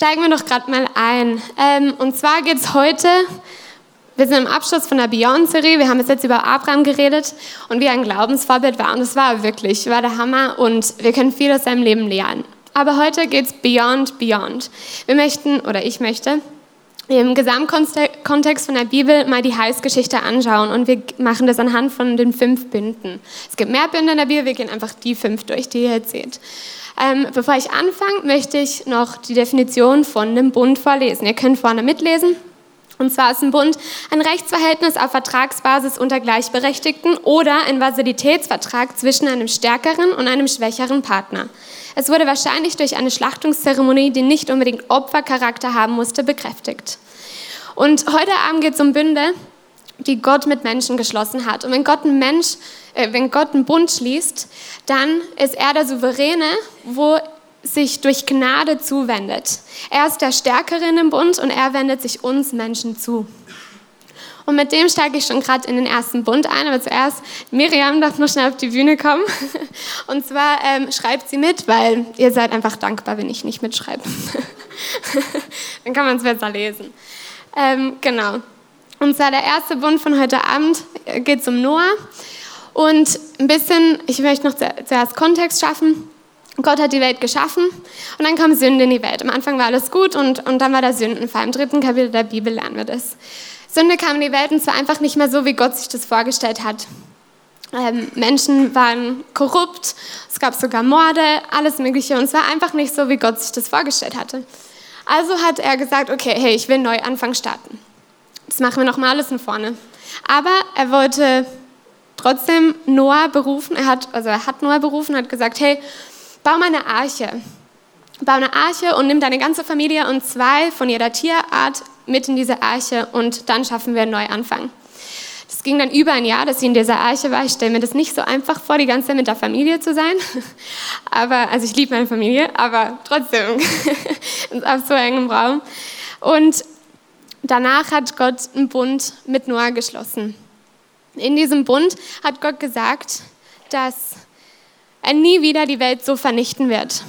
steigen wir doch gerade mal ein. Und zwar geht es heute, wir sind im Abschluss von der Beyond-Serie, wir haben jetzt über Abraham geredet und wie er ein Glaubensvorbild war. Und das war er wirklich, war der Hammer und wir können viel aus seinem Leben lernen. Aber heute geht es beyond. Ich möchte im Gesamtkontext von der Bibel mal die Heilsgeschichte anschauen und wir machen das anhand von den 5 Bünden. Es gibt mehr Bünde in der Bibel, wir gehen einfach die 5 durch, die ihr jetzt seht. Bevor ich anfange, möchte ich noch die Definition von einem Bund vorlesen. Ihr könnt vorne mitlesen. Und zwar ist ein Bund ein Rechtsverhältnis auf Vertragsbasis unter Gleichberechtigten oder ein Vasalitätsvertrag zwischen einem stärkeren und einem schwächeren Partner. Es wurde wahrscheinlich durch eine Schlachtungszeremonie, die nicht unbedingt Opfercharakter haben musste, bekräftigt. Und heute Abend geht es um Bünde, die Gott mit Menschen geschlossen hat. Und wenn Gott einen Bund schließt, dann ist er der Souveräne, wo sich durch Gnade zuwendet. Er ist der Stärkere in dem Bund und er wendet sich uns Menschen zu. Und mit dem steige ich schon gerade in den ersten Bund ein, aber zuerst, Miriam darf noch schnell auf die Bühne kommen. Und zwar schreibt sie mit, weil ihr seid einfach dankbar, wenn ich nicht mitschreibe. Dann kann man es besser lesen. Genau. Und zwar der erste Bund von heute Abend geht es um Noah. Und ein bisschen, ich möchte noch zuerst Kontext schaffen. Gott hat die Welt geschaffen und dann kam Sünde in die Welt. Am Anfang war alles gut und dann war der Sündenfall. Im 3. Kapitel der Bibel lernen wir das. Sünde kam in die Welt und zwar einfach nicht mehr so, wie Gott sich das vorgestellt hat. Menschen waren korrupt, es gab sogar Morde, alles Mögliche und es war einfach nicht so, wie Gott sich das vorgestellt hatte. Also hat er gesagt, okay, hey, ich will einen Neuanfang starten. Das machen wir nochmal alles von vorne. Aber er wollte trotzdem Noah berufen, er hat Noah berufen, hat gesagt, hey, bau mal eine Arche. Bau eine Arche und nimm deine ganze Familie und 2 von jeder Tierart mit in diese Arche und dann schaffen wir einen Neuanfang. Das ging dann über ein Jahr, dass sie in dieser Arche war. Ich stelle mir das nicht so einfach vor, die ganze Zeit mit der Familie zu sein. Also ich liebe meine Familie, aber trotzdem ist auf so engem Raum. Und danach hat Gott einen Bund mit Noah geschlossen. In diesem Bund hat Gott gesagt, dass er nie wieder die Welt so vernichten wird.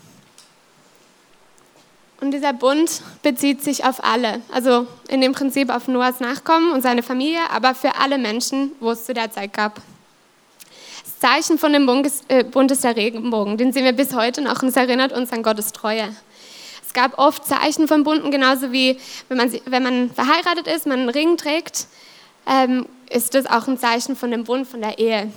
Und dieser Bund bezieht sich auf alle, also in dem Prinzip auf Noahs Nachkommen und seine Familie, aber für alle Menschen, wo es zu der Zeit gab. Das Zeichen von dem Bund ist der Regenbogen, den sehen wir bis heute noch und es erinnert uns an Gottes Treue. Es gab oft Zeichen von Bunden, genauso wie wenn man verheiratet ist, man einen Ring trägt, ist das auch ein Zeichen von dem Bund, von der Ehe.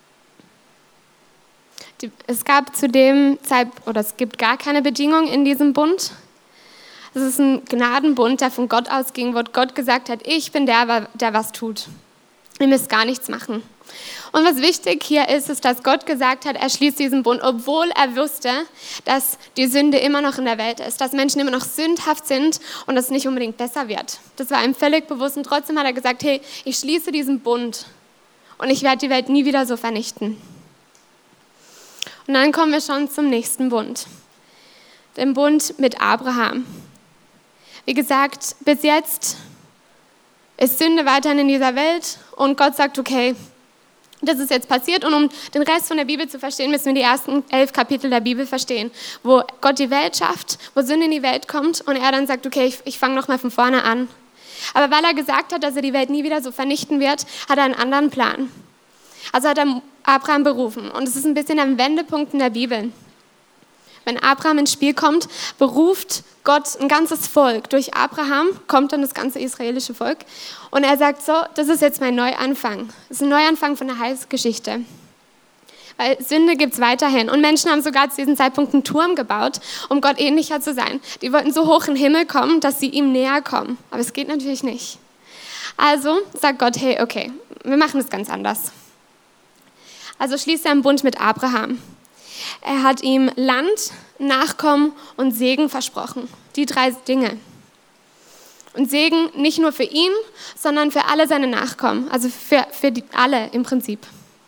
Es gab zu dem Zeitpunkt, oder es gibt gar keine Bedingung in diesem Bund. Es ist ein Gnadenbund, der von Gott ausging, wo Gott gesagt hat, ich bin der was tut. Ihr müsst gar nichts machen. Und was wichtig hier ist, dass Gott gesagt hat, er schließt diesen Bund, obwohl er wusste, dass die Sünde immer noch in der Welt ist, dass Menschen immer noch sündhaft sind und es nicht unbedingt besser wird. Das war ihm völlig bewusst und trotzdem hat er gesagt, hey, ich schließe diesen Bund und ich werde die Welt nie wieder so vernichten. Und dann kommen wir schon zum nächsten Bund, dem Bund mit Abraham. Wie gesagt, bis jetzt ist Sünde weiterhin in dieser Welt und Gott sagt, okay, das ist jetzt passiert und um den Rest von der Bibel zu verstehen, müssen wir die ersten 11 Kapitel der Bibel verstehen, wo Gott die Welt schafft, wo Sünde in die Welt kommt und er dann sagt, okay, ich fange nochmal von vorne an. Aber weil er gesagt hat, dass er die Welt nie wieder so vernichten wird, hat er einen anderen Plan. Also hat er Abraham berufen und es ist ein bisschen ein Wendepunkt in der Bibel. Wenn Abraham ins Spiel kommt, beruft Gott ein ganzes Volk. Durch Abraham kommt dann das ganze israelische Volk und er sagt so, das ist jetzt mein Neuanfang. Das ist ein Neuanfang von der Heilsgeschichte. Weil Sünde gibt es weiterhin und Menschen haben sogar zu diesem Zeitpunkt einen Turm gebaut, um Gott ähnlicher zu sein. Die wollten so hoch in den Himmel kommen, dass sie ihm näher kommen. Aber es geht natürlich nicht. Also sagt Gott, hey, okay, wir machen es ganz anders. Also schließt er einen Bund mit Abraham. Er hat ihm Land, Nachkommen und Segen versprochen. Die 3 Dinge. Und Segen nicht nur für ihn, sondern für alle seine Nachkommen. Also für alle im Prinzip.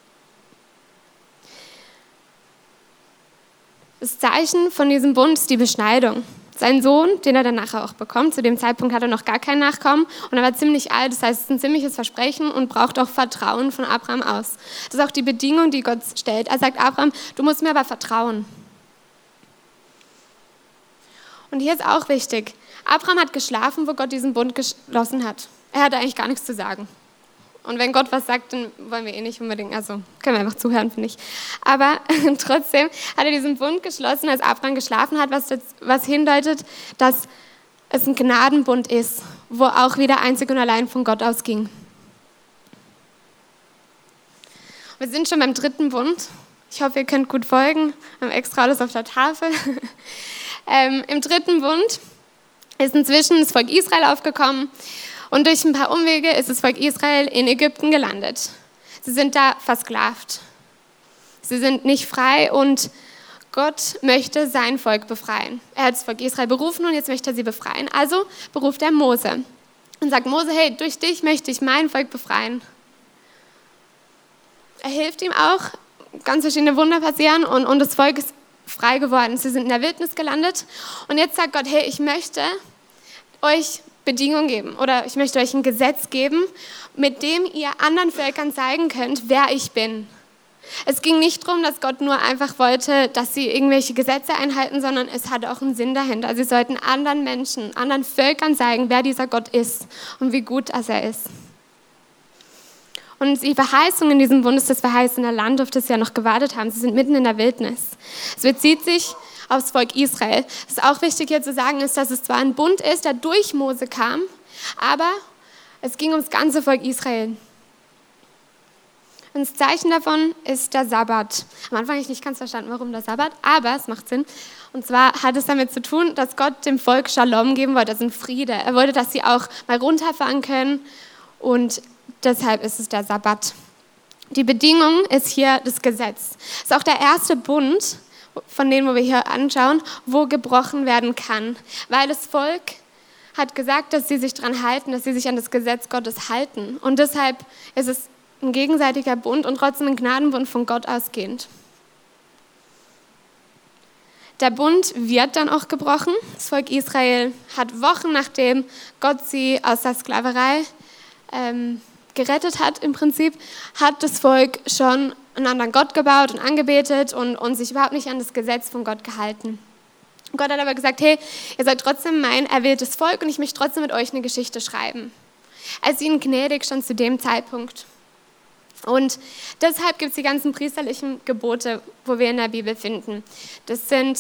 Das Zeichen von diesem Bund ist die Beschneidung. Sein Sohn, den er dann nachher auch bekommt, zu dem Zeitpunkt hat er noch gar keinen Nachkommen und er war ziemlich alt, das heißt, es ist ein ziemliches Versprechen und braucht auch Vertrauen von Abraham aus. Das ist auch die Bedingung, die Gott stellt. Er sagt, Abraham, du musst mir aber vertrauen. Und hier ist auch wichtig, Abraham hat geschlafen, wo Gott diesen Bund geschlossen hat. Er hatte eigentlich gar nichts zu sagen. Und wenn Gott was sagt, dann wollen wir nicht unbedingt, also können wir einfach zuhören, finde ich. Aber trotzdem hat er diesen Bund geschlossen, als Abraham geschlafen hat, was hindeutet, dass es ein Gnadenbund ist, wo auch wieder einzig und allein von Gott ausging. Wir sind schon beim 3. Bund. Ich hoffe, ihr könnt gut folgen. Wir haben extra alles auf der Tafel. Im 3. Bund ist inzwischen das Volk Israel aufgekommen und durch ein paar Umwege ist das Volk Israel in Ägypten gelandet. Sie sind da versklavt. Sie sind nicht frei und Gott möchte sein Volk befreien. Er hat das Volk Israel berufen und jetzt möchte er sie befreien. Also beruft er Mose und sagt Mose, hey, durch dich möchte ich mein Volk befreien. Er hilft ihm auch, ganz verschiedene Wunder passieren und das Volk ist frei geworden. Sie sind in der Wildnis gelandet und jetzt sagt Gott, hey, ich möchte euch Bedingungen geben oder ich möchte euch ein Gesetz geben, mit dem ihr anderen Völkern zeigen könnt, wer ich bin. Es ging nicht darum, dass Gott nur einfach wollte, dass sie irgendwelche Gesetze einhalten, sondern es hat auch einen Sinn dahinter. Sie sollten anderen Menschen, anderen Völkern zeigen, wer dieser Gott ist und wie gut er ist. Und die Verheißung in diesem Bund ist das verheißene Land, auf das sie ja noch gewartet haben. Sie sind mitten in der Wildnis. Es bezieht sich aufs Volk Israel. Was auch wichtig hier zu sagen ist, dass es zwar ein Bund ist, der durch Mose kam, aber es ging ums ganze Volk Israel. Und das Zeichen davon ist der Sabbat. Am Anfang habe ich nicht ganz verstanden, warum der Sabbat, aber es macht Sinn. Und zwar hat es damit zu tun, dass Gott dem Volk Shalom geben wollte, also einen Friede. Er wollte, dass sie auch mal runterfahren können und deshalb ist es der Sabbat. Die Bedingung ist hier das Gesetz. Es ist auch der erste Bund, von denen, wo wir hier anschauen, wo gebrochen werden kann. Weil das Volk hat gesagt, dass sie sich daran halten, dass sie sich an das Gesetz Gottes halten. Und deshalb ist es ein gegenseitiger Bund und trotzdem ein Gnadenbund von Gott ausgehend. Der Bund wird dann auch gebrochen. Das Volk Israel hat Wochen, nachdem Gott sie aus der Sklaverei gerettet hat im Prinzip, hat das Volk schon einen anderen Gott gebaut und angebetet und sich überhaupt nicht an das Gesetz von Gott gehalten. Gott hat aber gesagt, hey, ihr seid trotzdem mein erwähltes Volk und ich möchte trotzdem mit euch eine Geschichte schreiben. Er ist ihnen gnädig schon zu dem Zeitpunkt. Und deshalb gibt es die ganzen priesterlichen Gebote, wo wir in der Bibel finden. Das sind,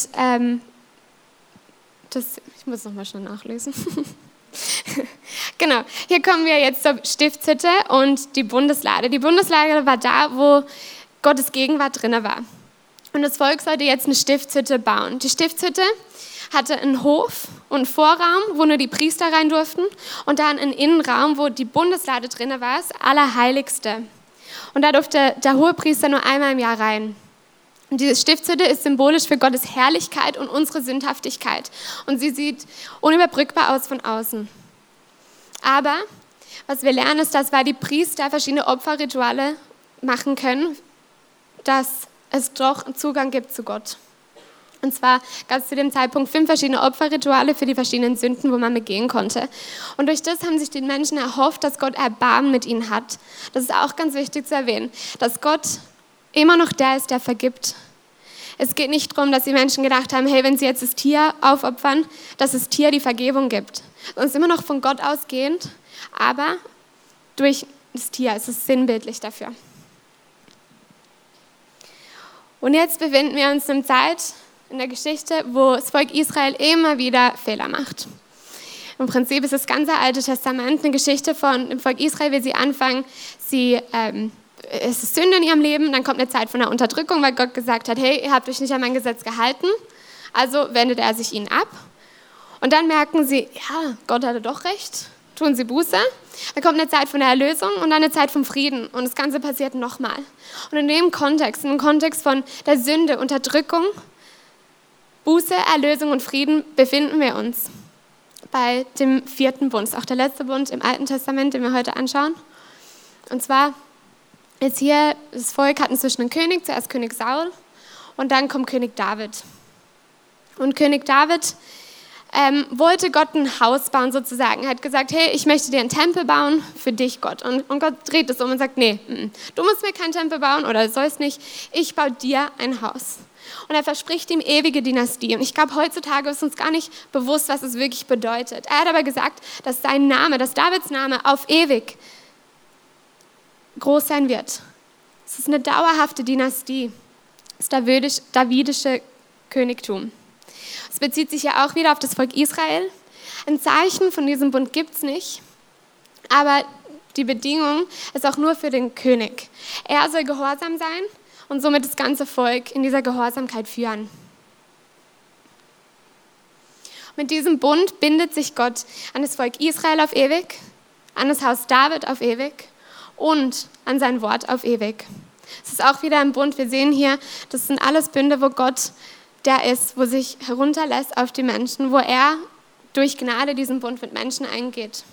ich muss nochmal schnell nachlesen. Genau, hier kommen wir jetzt zur Stiftshütte und die Bundeslade. Die Bundeslade war da, wo Gottes Gegenwart drin war. Und das Volk sollte jetzt eine Stiftshütte bauen. Die Stiftshütte hatte einen Hof und einen Vorraum, wo nur die Priester rein durften und dann einen Innenraum, wo die Bundeslade drin war, das Allerheiligste. Und da durfte der Hohepriester nur einmal im Jahr rein. Und diese Stiftshütte ist symbolisch für Gottes Herrlichkeit und unsere Sündhaftigkeit. Und sie sieht unüberbrückbar aus von außen. Aber was wir lernen, ist, dass weil die Priester verschiedene Opferrituale machen können, dass es doch einen Zugang gibt zu Gott. Und zwar gab es zu dem Zeitpunkt 5 verschiedene Opferrituale für die verschiedenen Sünden, wo man begehen konnte. Und durch das haben sich die Menschen erhofft, dass Gott Erbarmen mit ihnen hat. Das ist auch ganz wichtig zu erwähnen, dass Gott immer noch der ist, der vergibt. Es geht nicht darum, dass die Menschen gedacht haben, hey, wenn sie jetzt das Tier aufopfern, dass das Tier die Vergebung gibt. Es ist immer noch von Gott ausgehend, aber durch das Tier ist es sinnbildlich dafür. Und jetzt befinden wir uns in einer Zeit in der Geschichte, wo das Volk Israel immer wieder Fehler macht. Im Prinzip ist das ganze Alte Testament eine Geschichte von dem Volk Israel, wie sie anfangen, es ist Sünde in ihrem Leben, dann kommt eine Zeit von der Unterdrückung, weil Gott gesagt hat, hey, ihr habt euch nicht an mein Gesetz gehalten, also wendet er sich ihnen ab. Und dann merken sie, ja, Gott hatte doch recht, tun sie Buße. Dann kommt eine Zeit von der Erlösung und dann eine Zeit vom Frieden und das Ganze passiert nochmal. Und in dem Kontext, im Kontext von der Sünde, Unterdrückung, Buße, Erlösung und Frieden befinden wir uns bei dem 4. Bund. Das ist auch der letzte Bund im Alten Testament, den wir heute anschauen. Und zwar ist hier, das Volk hat inzwischen einen König, zuerst König Saul und dann kommt König David. Und König David wollte Gott ein Haus bauen sozusagen. Er hat gesagt, hey, ich möchte dir einen Tempel bauen für dich, Gott. Und Gott dreht es um und sagt, nee, du musst mir keinen Tempel bauen oder sollst nicht, ich baue dir ein Haus. Und er verspricht ihm ewige Dynastie. Und ich glaube, heutzutage ist uns gar nicht bewusst, was es wirklich bedeutet. Er hat aber gesagt, dass sein Name, dass Davids Name auf ewig groß sein wird. Es ist eine dauerhafte Dynastie. Das davidische Königtum. Es bezieht sich ja auch wieder auf das Volk Israel. Ein Zeichen von diesem Bund gibt es nicht, aber die Bedingung ist auch nur für den König. Er soll gehorsam sein und somit das ganze Volk in dieser Gehorsamkeit führen. Mit diesem Bund bindet sich Gott an das Volk Israel auf ewig, an das Haus David auf ewig und an sein Wort auf ewig. Es ist auch wieder ein Bund, wir sehen hier, das sind alles Bünde, wo Gott der ist, wo sich herunterlässt auf die Menschen, wo er durch Gnade diesen Bund mit Menschen eingeht.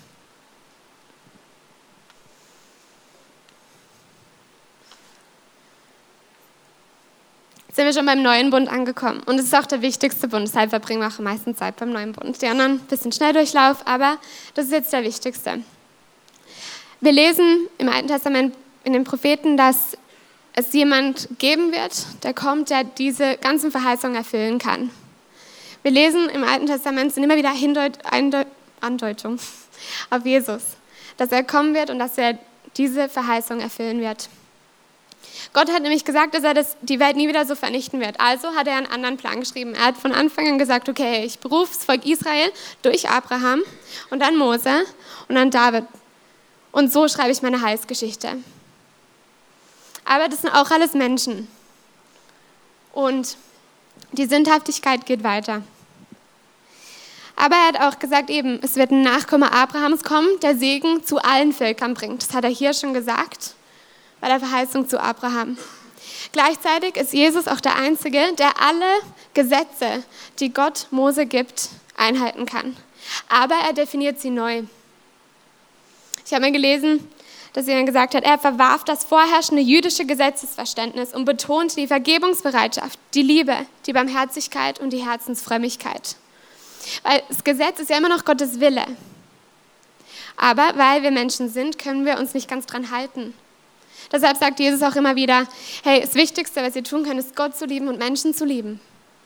Jetzt sind wir schon beim neuen Bund angekommen und es ist auch der wichtigste Bund, deshalb verbringen wir auch am meisten Zeit beim neuen Bund. Die anderen ein bisschen Schnelldurchlauf, aber das ist jetzt der wichtigste. Wir lesen im Alten Testament in den Propheten, dass es jemand geben wird, der kommt, der diese ganzen Verheißungen erfüllen kann. Wir lesen im Alten Testament, sind immer wieder Andeutungen auf Jesus, dass er kommen wird und dass er diese Verheißung erfüllen wird. Gott hat nämlich gesagt, dass er die Welt nie wieder so vernichten wird. Also hat er einen anderen Plan geschrieben. Er hat von Anfang an gesagt, okay, ich berufe das Volk Israel durch Abraham und dann Mose und dann David. Und so schreibe ich meine Heilsgeschichte. Aber das sind auch alles Menschen. Und die Sündhaftigkeit geht weiter. Aber er hat auch gesagt, eben, es wird ein Nachkomme Abrahams kommen, der Segen zu allen Völkern bringt. Das hat er hier schon gesagt, bei der Verheißung zu Abraham. Gleichzeitig ist Jesus auch der Einzige, der alle Gesetze, die Gott Mose gibt, einhalten kann. Aber er definiert sie neu. Ich habe mal gelesen, dass er gesagt hat, er verwarf das vorherrschende jüdische Gesetzesverständnis und betonte die Vergebungsbereitschaft, die Liebe, die Barmherzigkeit und die Herzensfrömmigkeit. Weil das Gesetz ist ja immer noch Gottes Wille. Aber weil wir Menschen sind, können wir uns nicht ganz dran halten. Deshalb sagt Jesus auch immer wieder, hey, das Wichtigste, was ihr tun könnt, ist Gott zu lieben und Menschen zu lieben.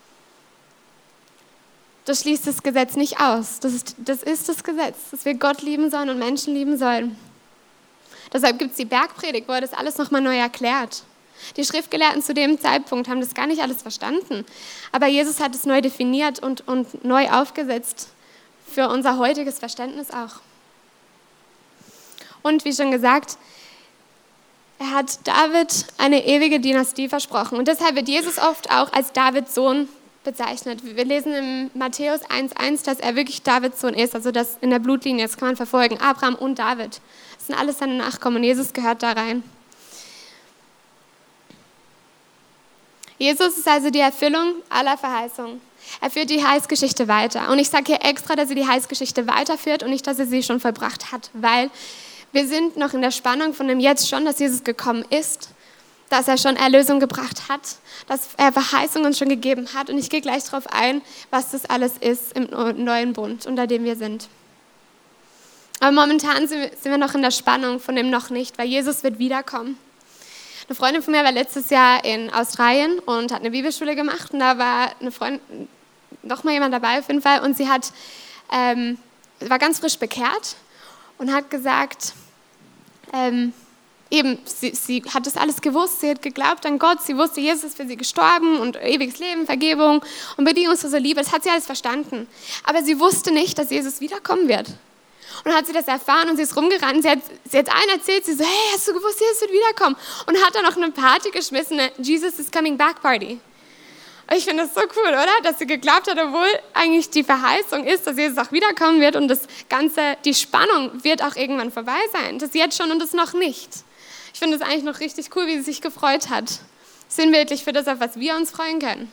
Das schließt das Gesetz nicht aus. Das ist das Gesetz, dass wir Gott lieben sollen und Menschen lieben sollen. Deshalb gibt es die Bergpredigt, wo er das alles nochmal neu erklärt. Die Schriftgelehrten zu dem Zeitpunkt haben das gar nicht alles verstanden. Aber Jesus hat es neu definiert und neu aufgesetzt für unser heutiges Verständnis auch. Und wie schon gesagt, er hat David eine ewige Dynastie versprochen. Und deshalb wird Jesus oft auch als Davids Sohn bezeichnet. Wir lesen in Matthäus 1,1, dass er wirklich Davids Sohn ist, also das in der Blutlinie, das kann man verfolgen, Abraham und David. Das sind alles seine Nachkommen und Jesus gehört da rein. Jesus ist also die Erfüllung aller Verheißungen. Er führt die Heilsgeschichte weiter. Und ich sage hier extra, dass er die Heilsgeschichte weiterführt und nicht, dass er sie schon vollbracht hat, weil wir sind noch in der Spannung von dem Jetzt schon, dass Jesus gekommen ist, dass er schon Erlösung gebracht hat, dass er Verheißungen schon gegeben hat. Und ich gehe gleich darauf ein, was das alles ist im neuen Bund, unter dem wir sind. Aber momentan sind wir noch in der Spannung von dem noch nicht, weil Jesus wird wiederkommen. Eine Freundin von mir war letztes Jahr in Australien und hat eine Bibelschule gemacht. Und da war eine Freundin, noch mal jemand dabei auf jeden Fall. Und sie war ganz frisch bekehrt und hat gesagt, sie hat das alles gewusst, sie hat geglaubt an Gott, sie wusste, Jesus ist für sie gestorben und ewiges Leben, Vergebung und bedingungslose Liebe, das hat sie alles verstanden. Aber sie wusste nicht, dass Jesus wiederkommen wird. Und dann hat sie das erfahren und sie ist rumgerannt, sie hat allen erzählt, sie so, hey, hast du gewusst, Jesus wird wiederkommen? Und hat dann noch eine Party geschmissen, eine Jesus is coming back Party. Und ich finde das so cool, oder? Dass sie geglaubt hat, obwohl eigentlich die Verheißung ist, dass Jesus auch wiederkommen wird und die Spannung wird auch irgendwann vorbei sein. Das jetzt schon und das noch nicht. Ich finde es eigentlich noch richtig cool, wie sie sich gefreut hat. Sinnbildlich für das, auf was wir uns freuen können.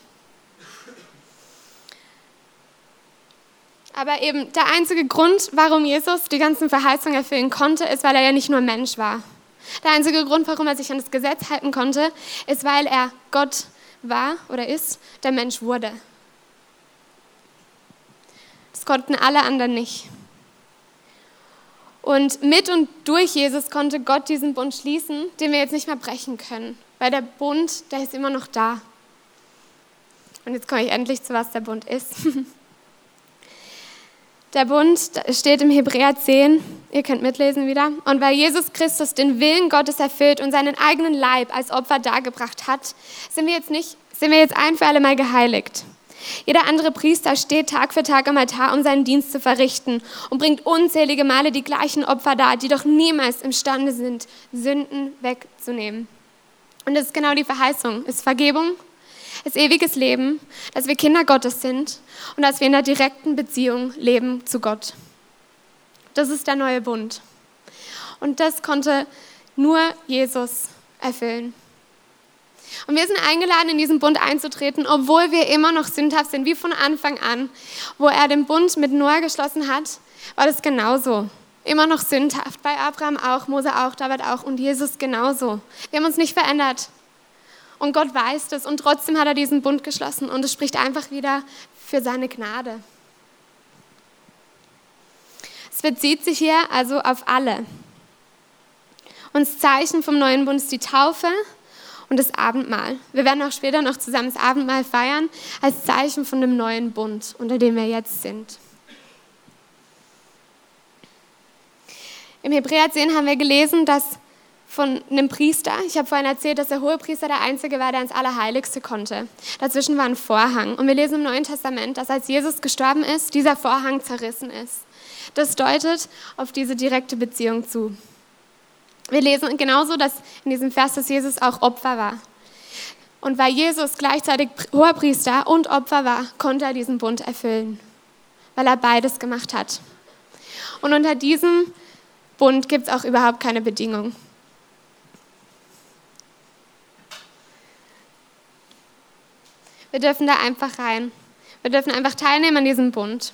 Aber eben der einzige Grund, warum Jesus die ganzen Verheißungen erfüllen konnte, ist, weil er ja nicht nur Mensch war. Der einzige Grund, warum er sich an das Gesetz halten konnte, ist, weil er Gott war oder ist, der Mensch wurde. Das konnten alle anderen nicht. Und mit und durch Jesus konnte Gott diesen Bund schließen, den wir jetzt nicht mehr brechen können. Weil der Bund, der ist immer noch da. Und jetzt komme ich endlich zu, was der Bund ist. Der Bund steht im Hebräer 10, ihr könnt mitlesen wieder. Und weil Jesus Christus den Willen Gottes erfüllt und seinen eigenen Leib als Opfer dargebracht hat, sind wir jetzt ein für alle Mal geheiligt. Jeder andere Priester steht Tag für Tag am Altar, um seinen Dienst zu verrichten und bringt unzählige Male die gleichen Opfer dar, die doch niemals imstande sind, Sünden wegzunehmen. Und das ist genau die Verheißung, ist Vergebung, ist ewiges Leben, dass wir Kinder Gottes sind und dass wir in einer direkten Beziehung leben zu Gott. Das ist der neue Bund. Und das konnte nur Jesus erfüllen. Und wir sind eingeladen, in diesen Bund einzutreten, obwohl wir immer noch sündhaft sind, wie von Anfang an. Wo er den Bund mit Noah geschlossen hat, war das genauso. Immer noch sündhaft. Bei Abraham auch, Mose auch, David auch und Jesus genauso. Wir haben uns nicht verändert. Und Gott weiß das und trotzdem hat er diesen Bund geschlossen. Und es spricht einfach wieder für seine Gnade. Es bezieht sich hier also auf alle. Und das Zeichen vom neuen Bund ist die Taufe und das Abendmahl. Wir werden auch später noch zusammen das Abendmahl feiern, als Zeichen von dem neuen Bund, unter dem wir jetzt sind. Im Hebräer 10 haben wir gelesen, dass von einem Priester, ich habe vorhin erzählt, dass der Hohepriester der Einzige war, der ins Allerheiligste konnte. Dazwischen war ein Vorhang. Und wir lesen im Neuen Testament, dass als Jesus gestorben ist, dieser Vorhang zerrissen ist. Das deutet auf diese direkte Beziehung zu. Wir lesen genauso, dass in diesem Vers, dass Jesus auch Opfer war. Und weil Jesus gleichzeitig Hohepriester und Opfer war, konnte er diesen Bund erfüllen, weil er beides gemacht hat. Und unter diesem Bund gibt es auch überhaupt keine Bedingung. Wir dürfen da einfach rein. Wir dürfen einfach teilnehmen an diesem Bund.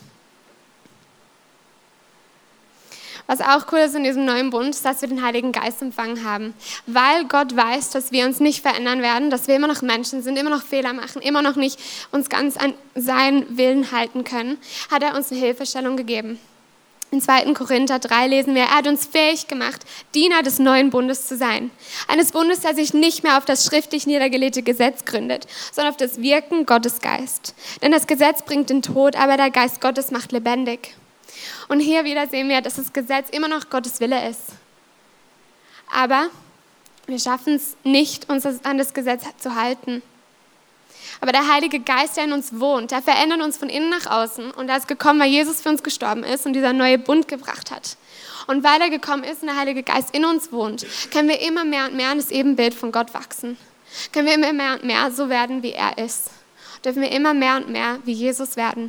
Was auch cool ist in diesem neuen Bund, ist, dass wir den Heiligen Geist empfangen haben. Weil Gott weiß, dass wir uns nicht verändern werden, dass wir immer noch Menschen sind, immer noch Fehler machen, immer noch nicht uns ganz an seinen Willen halten können, hat er uns eine Hilfestellung gegeben. In 2. Korinther 3 lesen wir, er hat uns fähig gemacht, Diener des neuen Bundes zu sein. Eines Bundes, der sich nicht mehr auf das schriftlich niedergelegte Gesetz gründet, sondern auf das Wirken Gottes Geist. Denn das Gesetz bringt den Tod, aber der Geist Gottes macht lebendig. Und hier wieder sehen wir, dass das Gesetz immer noch Gottes Wille ist. Aber wir schaffen es nicht, uns an das Gesetz zu halten. Aber der Heilige Geist, der in uns wohnt, der verändert uns von innen nach außen. Und er ist gekommen, weil Jesus für uns gestorben ist und dieser neue Bund gebracht hat. Und weil er gekommen ist und der Heilige Geist in uns wohnt, können wir immer mehr und mehr an das Ebenbild von Gott wachsen. Können wir immer mehr und mehr so werden, wie er ist. Dürfen wir immer mehr und mehr wie Jesus werden.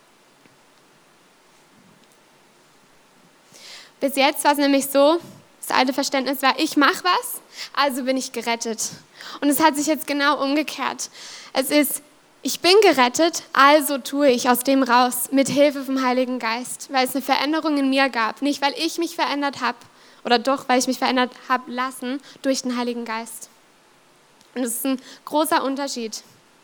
Bis jetzt war es nämlich so, das alte Verständnis war, ich mache was, also bin ich gerettet. Und es hat sich jetzt genau umgekehrt. Es ist, ich bin gerettet, also tue ich aus dem raus, mit Hilfe vom Heiligen Geist, weil es eine Veränderung in mir gab. Nicht, weil ich mich verändert habe, oder doch, weil ich mich verändert habe lassen durch den Heiligen Geist. Und das ist ein großer Unterschied.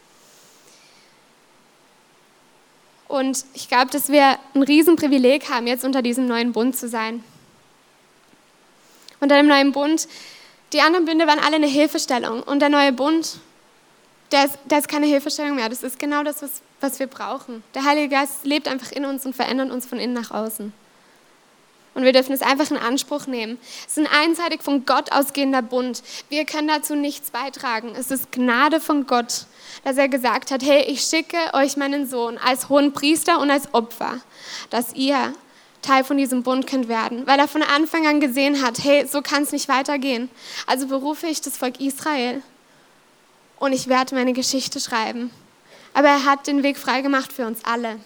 Und ich glaube, dass wir ein Riesenprivileg haben, jetzt unter diesem neuen Bund zu sein. Unter dem neuen Bund, die anderen Bünde waren alle eine Hilfestellung. Und der neue Bund, der ist keine Hilfestellung mehr. Das ist genau das, was wir brauchen. Der Heilige Geist lebt einfach in uns und verändert uns von innen nach außen. Und wir dürfen es einfach in Anspruch nehmen. Es ist ein einseitig von Gott ausgehender Bund. Wir können dazu nichts beitragen. Es ist Gnade von Gott, dass er gesagt hat, hey, ich schicke euch meinen Sohn als Hohenpriester und als Opfer, dass ihr Teil von diesem Bund könnt werden. Weil er von Anfang an gesehen hat, hey, so kann es nicht weitergehen. Also berufe ich das Volk Israel und ich werde meine Geschichte schreiben. Aber er hat den Weg freigemacht für uns alle.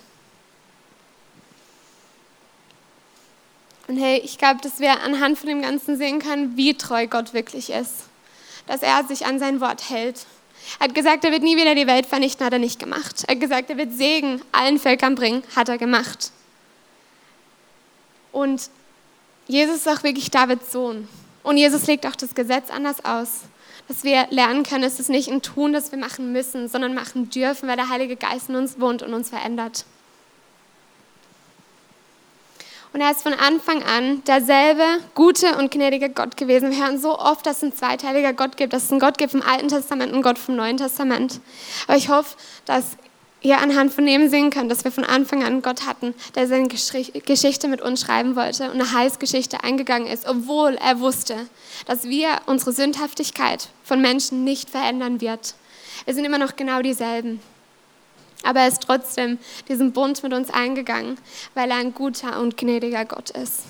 Und hey, ich glaube, dass wir anhand von dem Ganzen sehen können, wie treu Gott wirklich ist. Dass er sich an sein Wort hält. Er hat gesagt, er wird nie wieder die Welt vernichten, hat er nicht gemacht. Er hat gesagt, er wird Segen allen Völkern bringen, hat er gemacht. Und Jesus ist auch wirklich Davids Sohn. Und Jesus legt auch das Gesetz anders aus. Dass wir lernen können, es ist nicht ein Tun, das wir machen müssen, sondern machen dürfen, weil der Heilige Geist in uns wohnt und uns verändert. Und er ist von Anfang an derselbe gute und gnädige Gott gewesen. Wir hören so oft, dass es ein zweiteiliger Gott gibt, dass es einen Gott gibt vom Alten Testament und einen Gott vom Neuen Testament. Aber ich hoffe, dass ihr anhand von dem sehen könnt, dass wir von Anfang an einen Gott hatten, der seine Geschichte mit uns schreiben wollte und eine Heilsgeschichte eingegangen ist, obwohl er wusste, dass wir unsere Sündhaftigkeit von Menschen nicht verändern wird. Wir sind immer noch genau dieselben. Aber er ist trotzdem diesen Bund mit uns eingegangen, weil er ein guter und gnädiger Gott ist.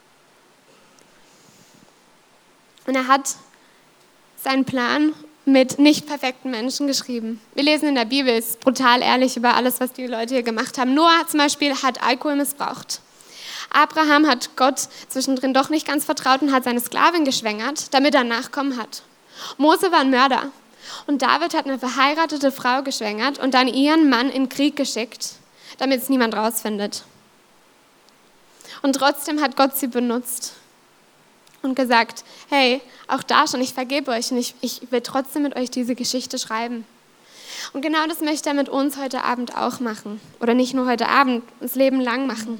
Und er hat seinen Plan mit nicht perfekten Menschen geschrieben. Wir lesen in der Bibel, es ist brutal ehrlich über alles, was die Leute hier gemacht haben. Noah zum Beispiel hat Alkohol missbraucht. Abraham hat Gott zwischendrin doch nicht ganz vertraut und hat seine Sklavin geschwängert, damit er Nachkommen hat. Mose war ein Mörder. Und David hat eine verheiratete Frau geschwängert und dann ihren Mann in den Krieg geschickt, damit es niemand rausfindet. Und trotzdem hat Gott sie benutzt und gesagt, hey, auch da schon, ich vergebe euch und ich will trotzdem mit euch diese Geschichte schreiben. Und genau das möchte er mit uns heute Abend auch machen. Oder nicht nur heute Abend, das Leben lang machen.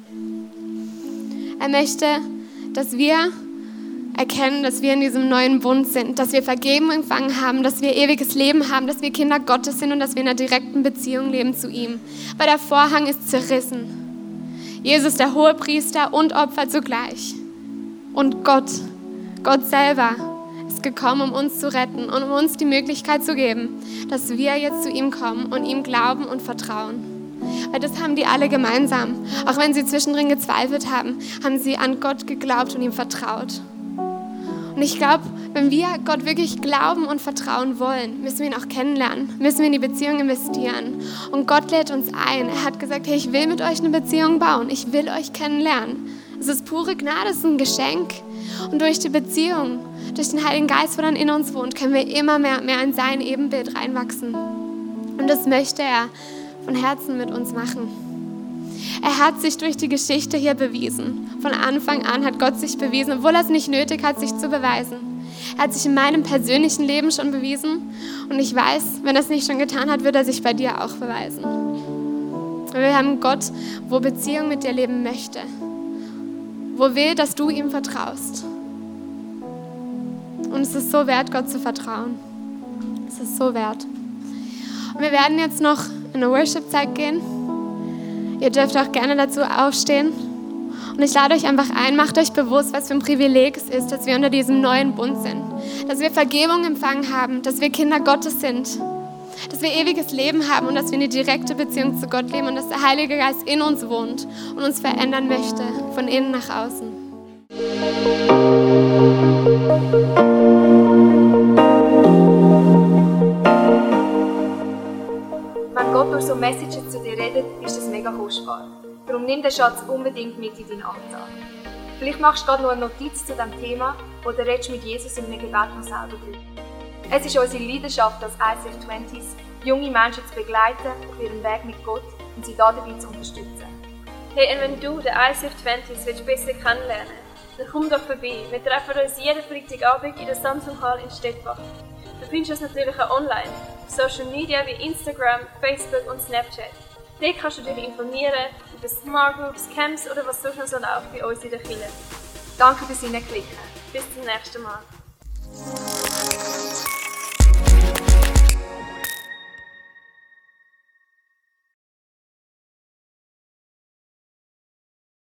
Er möchte, dass wir erkennen, dass wir in diesem neuen Bund sind, dass wir Vergebung empfangen haben, dass wir ewiges Leben haben, dass wir Kinder Gottes sind und dass wir in einer direkten Beziehung leben zu ihm. Weil der Vorhang ist zerrissen. Jesus, der Hohepriester und Opfer zugleich. Und Gott selber ist gekommen, um uns zu retten und um uns die Möglichkeit zu geben, dass wir jetzt zu ihm kommen und ihm glauben und vertrauen. Weil das haben die alle gemeinsam. Auch wenn sie zwischendrin gezweifelt haben, haben sie an Gott geglaubt und ihm vertraut. Und ich glaube, wenn wir Gott wirklich glauben und vertrauen wollen, müssen wir ihn auch kennenlernen, müssen wir in die Beziehung investieren. Und Gott lädt uns ein. Er hat gesagt, hey, ich will mit euch eine Beziehung bauen, ich will euch kennenlernen. Es ist pure Gnade, es ist ein Geschenk. Und durch die Beziehung, durch den Heiligen Geist, der dann in uns wohnt, können wir immer mehr in sein Ebenbild reinwachsen. Und das möchte er von Herzen mit uns machen. Er hat sich durch die Geschichte hier bewiesen. Von Anfang an hat Gott sich bewiesen, obwohl er es nicht nötig hat, sich zu beweisen. Er hat sich in meinem persönlichen Leben schon bewiesen. Und ich weiß, wenn er es nicht schon getan hat, wird er sich bei dir auch beweisen. Wir haben einen Gott, wo Beziehung mit dir leben möchte. Wo will, dass du ihm vertraust. Und es ist so wert, Gott zu vertrauen. Es ist so wert. Und wir werden jetzt noch in eine Worship-Zeit gehen. Ihr dürft auch gerne dazu aufstehen. Und ich lade euch einfach ein, macht euch bewusst, was für ein Privileg es ist, dass wir unter diesem neuen Bund sind. Dass wir Vergebung empfangen haben, dass wir Kinder Gottes sind. Dass wir ewiges Leben haben und dass wir eine direkte Beziehung zu Gott leben und dass der Heilige Geist in uns wohnt und uns verändern möchte, von innen nach außen. Wenn Gott durch so Messages zu dir redet, ist das mega kostbar. Darum nimm den Schatz unbedingt mit in deinen Alltag. Vielleicht machst du gerade noch eine Notiz zu diesem Thema oder redest mit Jesus in einem Gebet noch selber drüber. Es ist unsere Leidenschaft als ICF 20s, junge Menschen zu begleiten auf ihrem Weg mit Gott und sie dabei zu unterstützen. Hey, und wenn du den ICF 20s besser kennenlernen willst, dann komm doch vorbei. Wir treffen uns jeden Freitagabend in der Samsung Hall in Stettbach. Du findest uns natürlich auch online, auf Social Media wie Instagram, Facebook und Snapchat. Dort kannst du dich informieren über Smart Groups, Camps oder was sonst noch so läuft bei uns in der Kirche. Danke fürs Hineinklicken. Bis zum nächsten Mal.